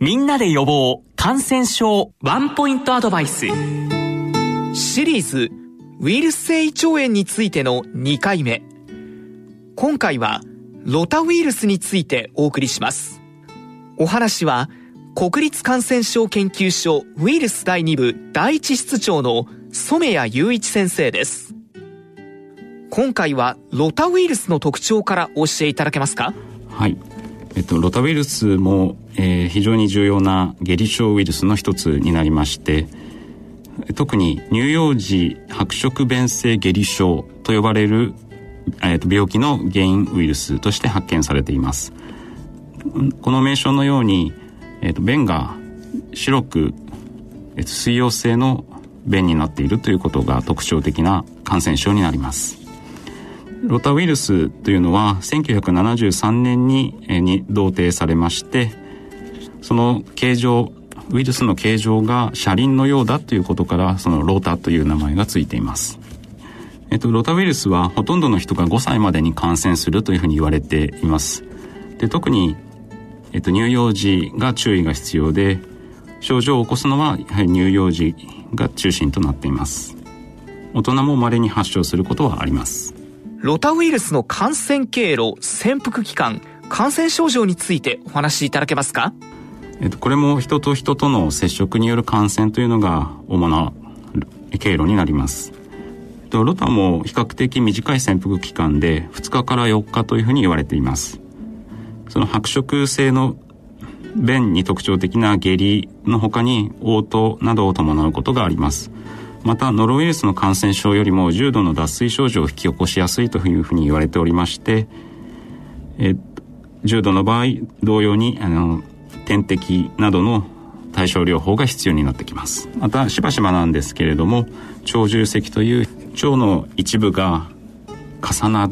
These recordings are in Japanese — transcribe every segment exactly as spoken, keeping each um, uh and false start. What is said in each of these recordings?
みんなで予防感染症ワンポイントアドバイス。 シリーズウイルス性胃腸炎についてのにかいめ。今回はロタウイルスについてお送りします。お話は国立感染症研究所ウイルスだいに部第一室長の染谷雄一先生です。今回はロタウイルスの特徴からお教えいただけますか？ はい、えっと、ロタウイルスも、えー、非常に重要な下痢症ウイルスの一つになりまして、特に乳幼児白色弁性下痢症と呼ばれる、えー、と病気の原因ウイルスとして発見されています。この名称のように、えー、と便が白く、えー、と水溶性の便になっているということが特徴的な感染症になります。ロタウイルスというのはせんきゅうひゃくななじゅうさんねんに、えー、に同定されまして、その形状ウイルスの形状が車輪のようだということからそのロタという名前がついています。えっと、ロタウイルスはほとんどの人がごさいまでに感染するというふうに言われています。で、特に、えっと、乳幼児が注意が必要で、症状を起こすのはやはり乳幼児が中心となっています。大人も稀に発症することはあります。 ロタウイルスの感染経路、潜伏期間、感染症状についてお話しいただけますか？ えっと、これも人と人との接触による感染というのが主な経路になります。えっと、ロタも比較的短い潜伏期間でふつかからよっかというふうに言われています。その白色性の便に特徴的な下痢の他に嘔吐などを伴うことがあります。またノロウイルスの感染症よりも重度の脱水症状を引き起こしやすいというふうに言われておりまして、え重度の場合同様にあの点滴などの対症療法が必要になってきます。またしばしばなんですけれども、腸重積という腸の一部が重なって、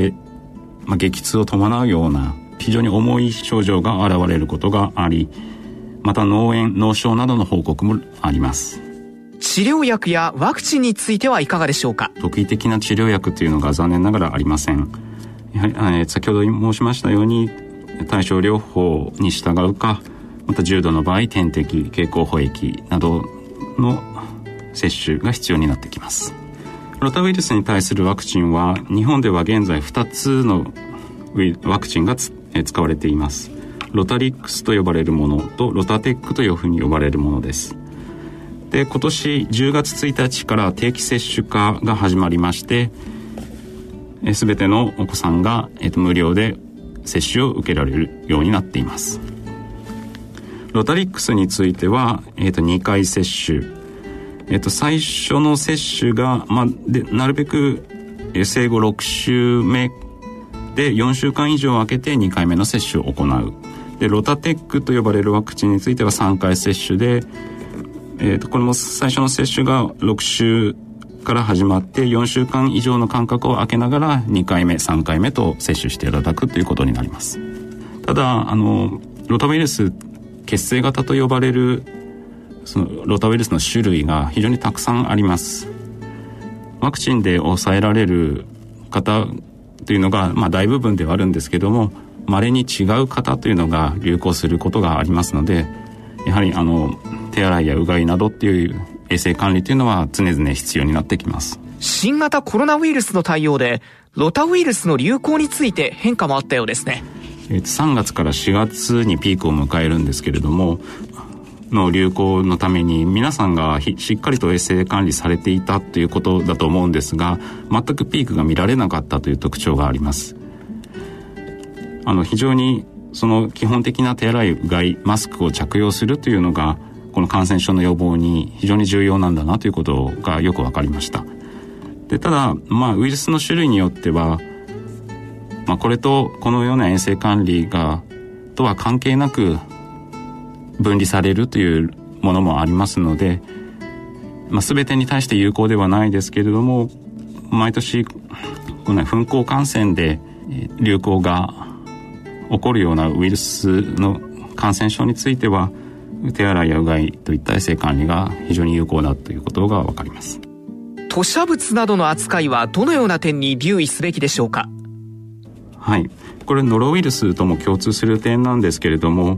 まあ、激痛を伴うような非常に重い症状が現れることがあり、また脳炎脳症などの報告もあります。 治療薬やワクチンについてはいかがでしょうか？ 特異的な治療薬というのが残念ながらありません。やはり、えー、先ほど申しましたように対症療法に従うか、また重度の場合点滴、経口補液などの接種が必要になってきます。ロタウイルスに対するワクチンは日本では現在ふたつのワクチンがつ、えー、使われています。ロタリックスと呼ばれるものとロタテックというふうに呼ばれるものです。で、今年じゅうがつついたちから定期接種化が始まりまして、すべてのお子さんが、えー、と無料で接種を受けられるようになっています。ロタリックスについては、えー、とにかい接種、えー、と最初の接種が、まあ、でなるべく生後ろくしゅうめでよんしゅうかん以上空けてにかいめの接種を行う。で、ロタテックと呼ばれるワクチンについてはさんかい接種で、えー、とこれも最初の接種がろくしゅうから始まってよんしゅうかん以上の間隔を空けながらにかいめさんかいめと接種していただくということになります。ただあのロタウイルス血清型と呼ばれるそのロタウイルスの種類が非常にたくさんあります。ワクチンで抑えられる方というのが、まあ、大部分ではあるんですけども、稀に違う方というのが流行することがありますので、やはりあの手洗いやうがいなどっていう衛生管理というのは常々必要になってきます。 新型コロナウイルスの対応でロタウイルスの流行について変化もあったようですね。 えー、さんがつからしがつにピークを迎えるんですけれども、の流行のために皆さんがしっかりと衛生管理されていたということだと思うんですが、全くピークが見られなかったという特徴があります。あの非常にその基本的な手洗いうがいマスクを着用するというのがこの感染症の予防に非常に重要なんだなということがよく分かりました。で、ただ、まあ、ウイルスの種類によっては、まあ、これとこのような衛生管理がとは関係なく分離されるというものもありますので、まあ、全てに対して有効ではないですけれども、毎年この噴光感染で流行が起こるようなウイルスの感染症については手洗いやうがいといった衛生管理が非常に有効だということが分かります。 吐瀉物などの扱いはどのような点に留意すべきでしょうか？ はい、これノロウイルスとも共通する点なんですけれども、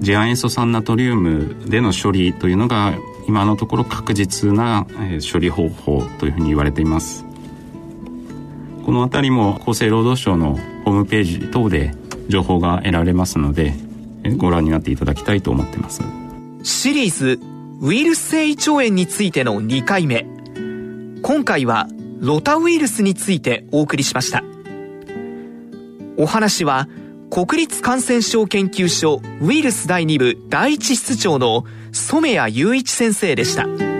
次亜塩素酸ナトリウムでの処理というのが今のところ確実な処理方法というふうに言われています。このあたりも厚生労働省のホームページ等で情報が得られますので、ご覧になっていただきたいと思っています。 シリーズウイルス性胃腸炎についてのにかいめ、今回はロタウイルスについてお送りしました。お話は国立感染症研究所ウイルスだいに部第一室長の染谷雄一先生でした。